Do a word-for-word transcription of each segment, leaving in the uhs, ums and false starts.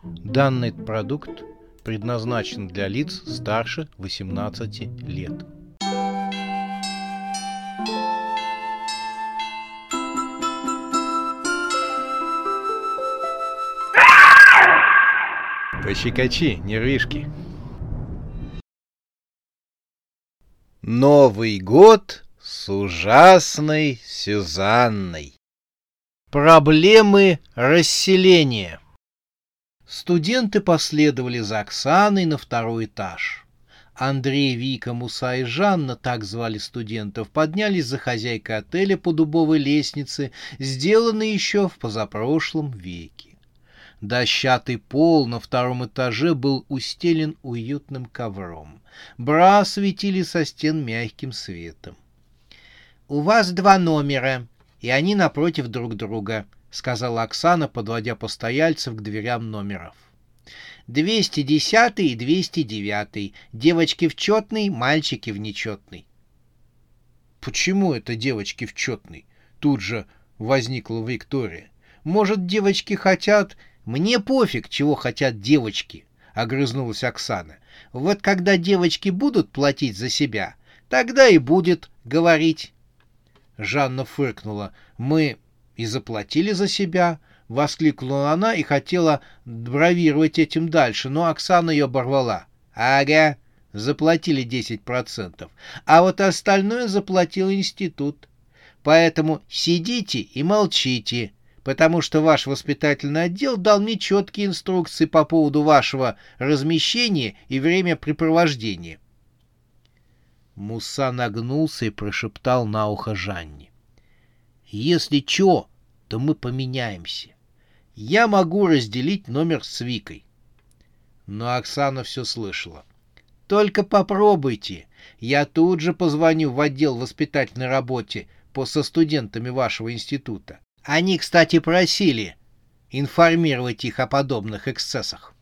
Данный продукт предназначен для лиц старше восемнадцати лет. Пощекочи, нервишки. Новый год с ужасной Сюзанной. Проблемы расселения. Студенты последовали за Оксаной на второй этаж. Андрей, Вика, Муса и Жанна, так звали студентов, поднялись за хозяйкой отеля по дубовой лестнице, сделанной еще в позапрошлом веке. Дощатый пол на втором этаже был устелен уютным ковром. Бра светили со стен мягким светом. — У вас два номера, и они напротив друг друга, — сказала Оксана, подводя постояльцев к дверям номеров. двести десятый и двести девятый. Девочки в четный, мальчики в нечетный. — Почему это девочки в четный? Тут же возникла Виктория. — Может, девочки хотят... — Мне пофиг, чего хотят девочки, — огрызнулась Оксана. — Вот когда девочки будут платить за себя, тогда и будет говорить. Жанна фыркнула. — Мы и заплатили за себя, — воскликнула она и хотела бравировать этим дальше, но Оксана ее оборвала. — Ага, заплатили десять процентов, а вот остальное заплатил институт. Поэтому сидите и молчите, потому что ваш воспитательный отдел дал мне четкие инструкции по поводу вашего размещения и времяпрепровождения. Муса нагнулся и прошептал на ухо Жанне. — Если чё, то мы поменяемся. Я могу разделить номер с Викой. Но Оксана все слышала. — Только попробуйте. Я тут же позвоню в отдел воспитательной работы по со студентами вашего института. Они, кстати, просили информировать их о подобных эксцессах.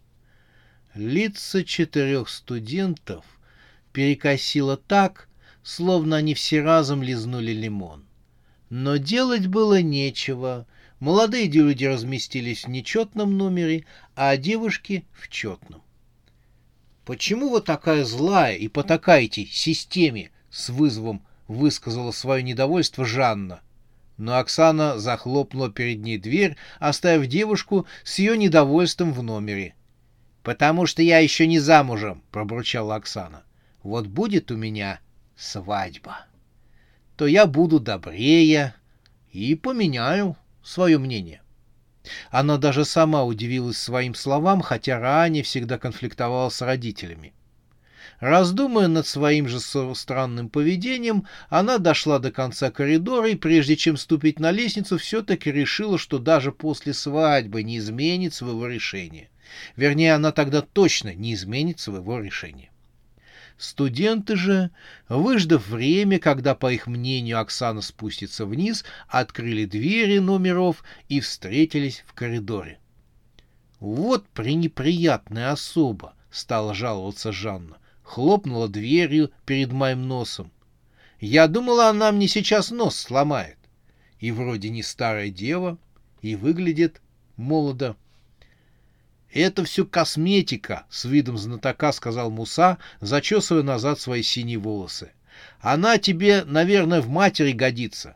Лица четырех студентов перекосило так, словно они все разом лизнули лимон. Но делать было нечего. Молодые люди разместились в нечетном номере, а девушки — в четном. — Почему вы такая злая и потакаете системе? — с вызовом высказала свое недовольство Жанна. Но Оксана захлопнула перед ней дверь, оставив девушку с ее недовольством в номере. — Потому что я еще не замужем, — пробурчала Оксана. — Вот будет у меня свадьба, то я буду добрее и поменяю свое мнение. Она даже сама удивилась своим словам, хотя ранее всегда конфликтовала с родителями. Раздумывая над своим же странным поведением, она дошла до конца коридора и, прежде чем ступить на лестницу, все-таки решила, что даже после свадьбы не изменит своего решения. Вернее, она тогда точно не изменит своего решения. Студенты же, выждав время, когда, по их мнению, Оксана спустится вниз, открыли двери номеров и встретились в коридоре. «Вот пренеприятная особа!» — стала жаловаться Жанна. Хлопнула дверью перед моим носом. Я думала, она мне сейчас нос сломает. И вроде не старая дева, и выглядит молодо. «Это все косметика», — с видом знатока сказал Муса, зачесывая назад свои синие волосы. «Она тебе, наверное, в матери годится».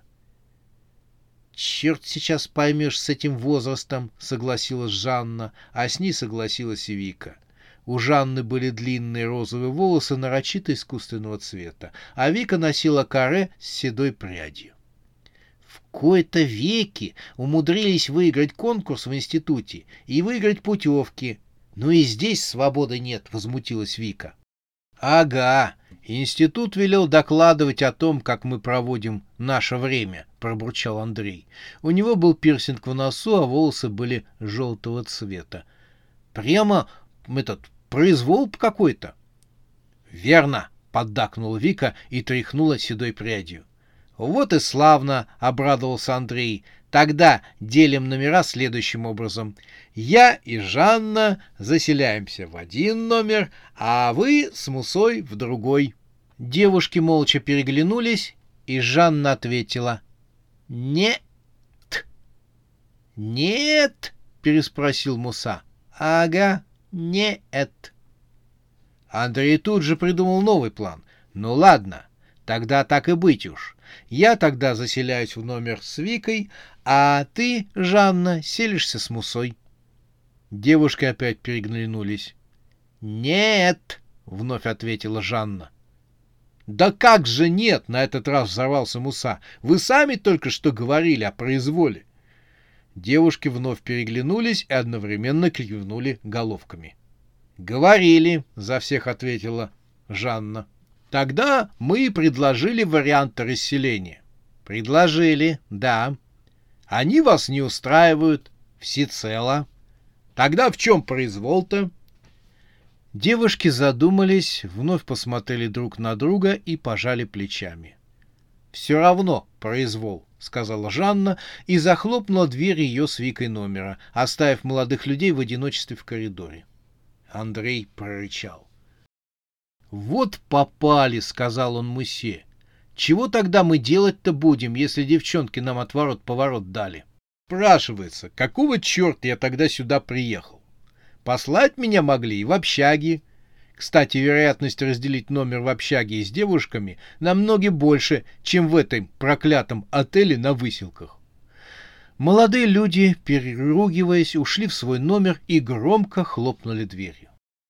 «Черт сейчас поймешь с этим возрастом», — согласилась Жанна, а с ней согласилась и Вика. У Жанны были длинные розовые волосы нарочито искусственного цвета, а Вика носила каре с седой прядью. В кои-то веки умудрились выиграть конкурс в институте и выиграть путевки. Ну и здесь свободы нет, — возмутилась Вика. — Ага, институт велел докладывать о том, как мы проводим наше время, — пробурчал Андрей. У него был пирсинг в носу, а волосы были желтого цвета. — Прямо этот произвол какой-то. — Верно, — поддакнула Вика и тряхнула седой прядью. — Вот и славно, — обрадовался Андрей. — Тогда делим номера следующим образом. Я и Жанна заселяемся в один номер, а вы с Мусой в другой. Девушки молча переглянулись, и Жанна ответила: «Нет». «Нет?» — переспросил Муса. Ага, нет. Андрей тут же придумал новый план. Ну ладно, тогда так и быть уж. Я тогда заселяюсь в номер с Викой, а ты, Жанна, селишься с Мусой. Девушки опять переглянулись. Нет, вновь ответила Жанна. Да как же нет, на этот раз взорвался Муса. Вы сами только что говорили о произволе. Девушки вновь переглянулись и одновременно кивнули головками. «Говорили», — за всех ответила Жанна. «Тогда мы предложили варианты расселения». «Предложили, да. Они вас не устраивают всецело. Тогда в чем произвол-то?» Девушки задумались, вновь посмотрели друг на друга и пожали плечами. «Все равно произвол», — сказала Жанна и захлопнула дверь ее с Викой номера, оставив молодых людей в одиночестве в коридоре. Андрей прорычал. «Вот попали», — сказал он Мусе. «Чего тогда мы делать-то будем, если девчонки нам отворот-поворот дали? Спрашивается, какого черта я тогда сюда приехал? Послать меня могли и в общаги. Кстати, вероятность разделить номер в общаге с девушками намного больше, чем в этом проклятом отеле на Выселках». Молодые люди, переругиваясь, ушли в свой номер и громко хлопнули дверью.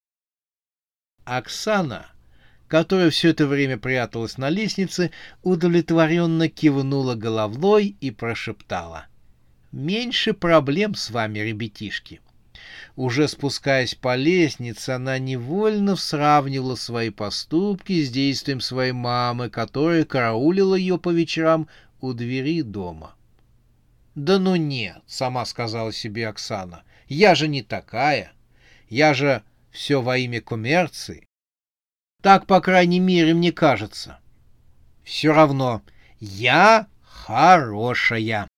Оксана, которая все это время пряталась на лестнице, удовлетворенно кивнула головой и прошептала: «Меньше проблем с вами, ребятишки». Уже спускаясь по лестнице, она невольно сравнивала свои поступки с действием своей мамы, которая караулила ее по вечерам у двери дома. «Да ну нет», — сама сказала себе Оксана, — «я же не такая. Я же все во имя коммерции. Так, по крайней мере, мне кажется. Все равно, я хорошая».